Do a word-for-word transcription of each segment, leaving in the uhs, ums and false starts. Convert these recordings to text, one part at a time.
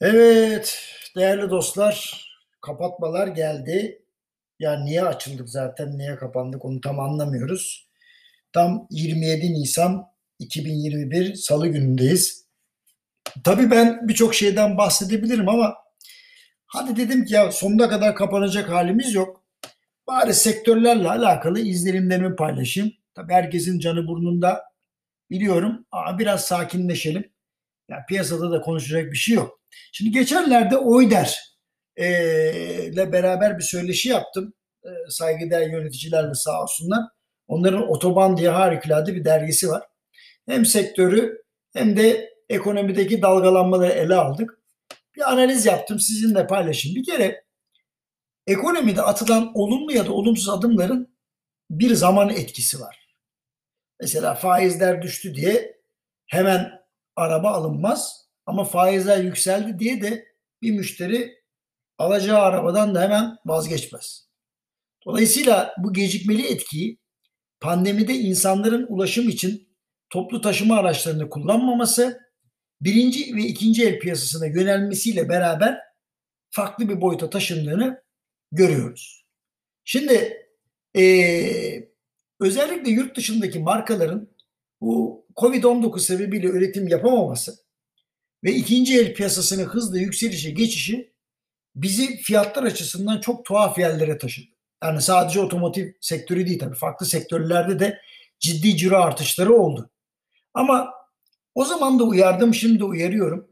Evet, değerli dostlar, kapatmalar geldi. Ya niye açıldık zaten, niye kapandık onu tam anlamıyoruz. Tam yirmi yedi Nisan iki bin yirmi bir Salı günündeyiz. Tabii ben birçok şeyden bahsedebilirim ama hadi dedim ki ya sonuna kadar kapanacak halimiz yok. Bari sektörlerle alakalı izlenimlerimi paylaşayım. Tabii herkesin canı burnunda biliyorum ama biraz sakinleşelim. Ya piyasada da konuşacak bir şey yok. Şimdi geçenlerde Oyder e, ile beraber bir söyleşi yaptım. E, saygıdeğer yöneticilerle sağ olsunlar. Onların Otoban diye harikulade bir dergisi var. Hem sektörü hem de ekonomideki dalgalanmaları ele aldık. Bir analiz yaptım, sizinle paylaşayım. Bir kere ekonomide atılan olumlu ya da olumsuz adımların bir zaman etkisi var. Mesela faizler düştü diye hemen araba alınmaz. Ama faizler yükseldi diye de bir müşteri alacağı arabadan da hemen vazgeçmez. Dolayısıyla bu gecikmeli etkiyi pandemide insanların ulaşım için toplu taşıma araçlarını kullanmaması, birinci ve ikinci el piyasasına yönelmesiyle beraber farklı bir boyuta taşındığını görüyoruz. Şimdi eee, özellikle yurt dışındaki markaların bu Covid on dokuz sebebiyle üretim yapamaması ve ikinci el piyasasının hızlı yükselişe geçişi bizi fiyatlar açısından çok tuhaf yerlere taşıdı. Yani sadece otomotiv sektörü değil tabii farklı sektörlerde de ciddi ciro artışları oldu. Ama o zaman da uyardım, şimdi de uyarıyorum.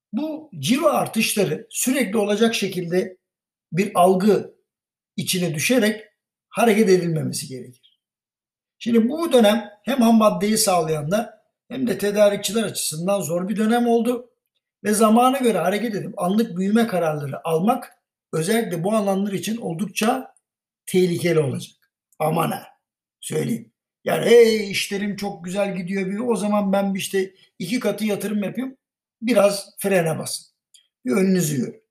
Bu ciro artışları sürekli olacak şekilde bir algı içine düşerek hareket edilmemesi gerekir. Şimdi bu dönem hem ham maddeyi sağlayanlar hem de tedarikçiler açısından zor bir dönem oldu. Ve zamana göre hareket edip anlık büyüme kararları almak özellikle bu alanlar için oldukça tehlikeli olacak. Aman ha söyleyeyim. Yani hey işlerim çok güzel gidiyor bir o zaman ben işte iki katı yatırım yapayım biraz frene basın. Bir önünüzü görün.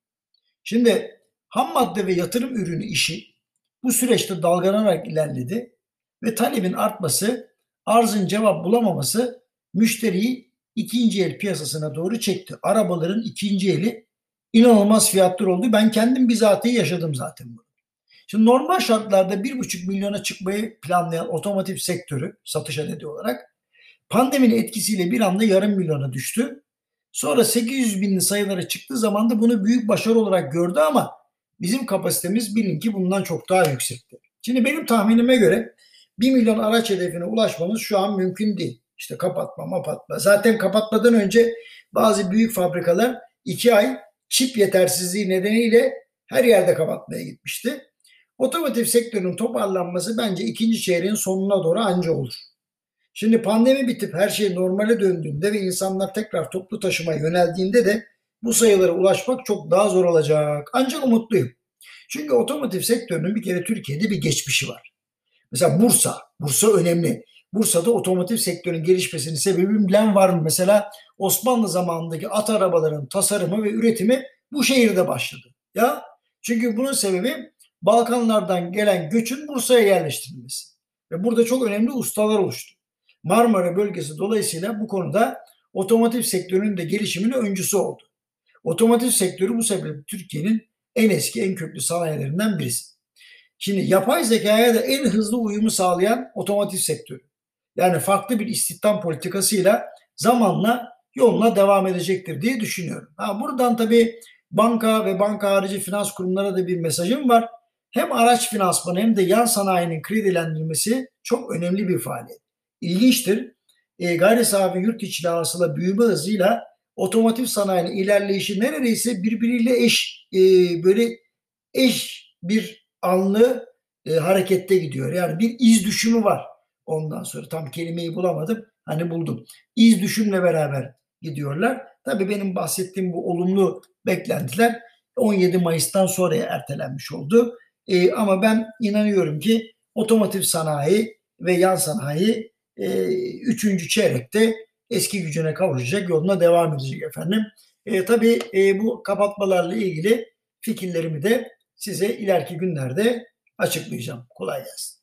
Şimdi ham madde ve yatırım ürünü işi bu süreçte dalgalanarak ilerledi ve talebin artması, arzın cevap bulamaması müşteriyi ikinci el piyasasına doğru çekti. Arabaların ikinci eli inanılmaz fiyatlar oldu. Ben kendim bizatihi yaşadım zaten bunu. Şimdi normal şartlarda bir buçuk milyona çıkmayı planlayan otomotiv sektörü satış adedi olarak pandeminin etkisiyle bir anda yarım milyona düştü. Sonra sekiz yüz binli sayılara çıktığı zaman da bunu büyük başarı olarak gördü ama bizim kapasitemiz bilin ki bundan çok daha yüksekti. Şimdi benim tahminime göre bir milyon araç hedefine ulaşmamız şu an mümkün değil. İşte kapatma mapatma. Zaten kapatmadan önce bazı büyük fabrikalar iki ay çip yetersizliği nedeniyle her yerde kapatmaya gitmişti. Otomotiv sektörünün toparlanması bence ikinci çeyreğin sonuna doğru anca olur. Şimdi pandemi bitip her şey normale döndüğünde ve insanlar tekrar toplu taşımaya yöneldiğinde de bu sayılara ulaşmak çok daha zor olacak. Ancak umutluyum. Çünkü otomotiv sektörünün bir kere Türkiye'de bir geçmişi var. Mesela Bursa, Bursa önemli. Bursa'da otomotiv sektörünün gelişmesinin sebebi bilen var mı? Mesela Osmanlı zamanındaki at arabalarının tasarımı ve üretimi bu şehirde başladı. Ya çünkü bunun sebebi Balkanlardan gelen göçün Bursa'ya yerleştirilmesi. Ve burada çok önemli ustalar oluştu. Marmara bölgesi dolayısıyla bu konuda otomotiv sektörünün de gelişiminin öncüsü oldu. Otomotiv sektörü bu sebeple Türkiye'nin en eski, en köklü sanayilerinden birisi. Şimdi yapay zekaya da en hızlı uyumu sağlayan otomotiv sektörü. Yani farklı bir istihdam politikasıyla zamanla yoluna devam edecektir diye düşünüyorum. Ha, buradan tabii banka ve banka harici finans kurumlara da bir mesajım var. Hem araç finansmanı hem de yan sanayinin kredilendirilmesi çok önemli bir faaliyet. İlginçtir. E, gayri safi yurt içi hasıla büyüme hızıyla otomotiv sanayinin ilerleyişi neredeyse birbiriyle eş e, böyle eş bir anlı e, harekette gidiyor. Yani bir iz düşümü var. Ondan sonra tam kelimeyi bulamadım. Hani buldum. İz düşümle beraber gidiyorlar. Tabii benim bahsettiğim bu olumlu beklentiler on yedi Mayıs'tan sonraya ertelenmiş oldu. E, ama ben inanıyorum ki otomotiv sanayi ve yan sanayi e, üçüncü çeyrekte eski gücüne kavuşacak, yoluna devam edecek efendim. E, tabii e, bu kapatmalarla ilgili fikirlerimi de size ileriki günlerde açıklayacağım. Kolay gelsin.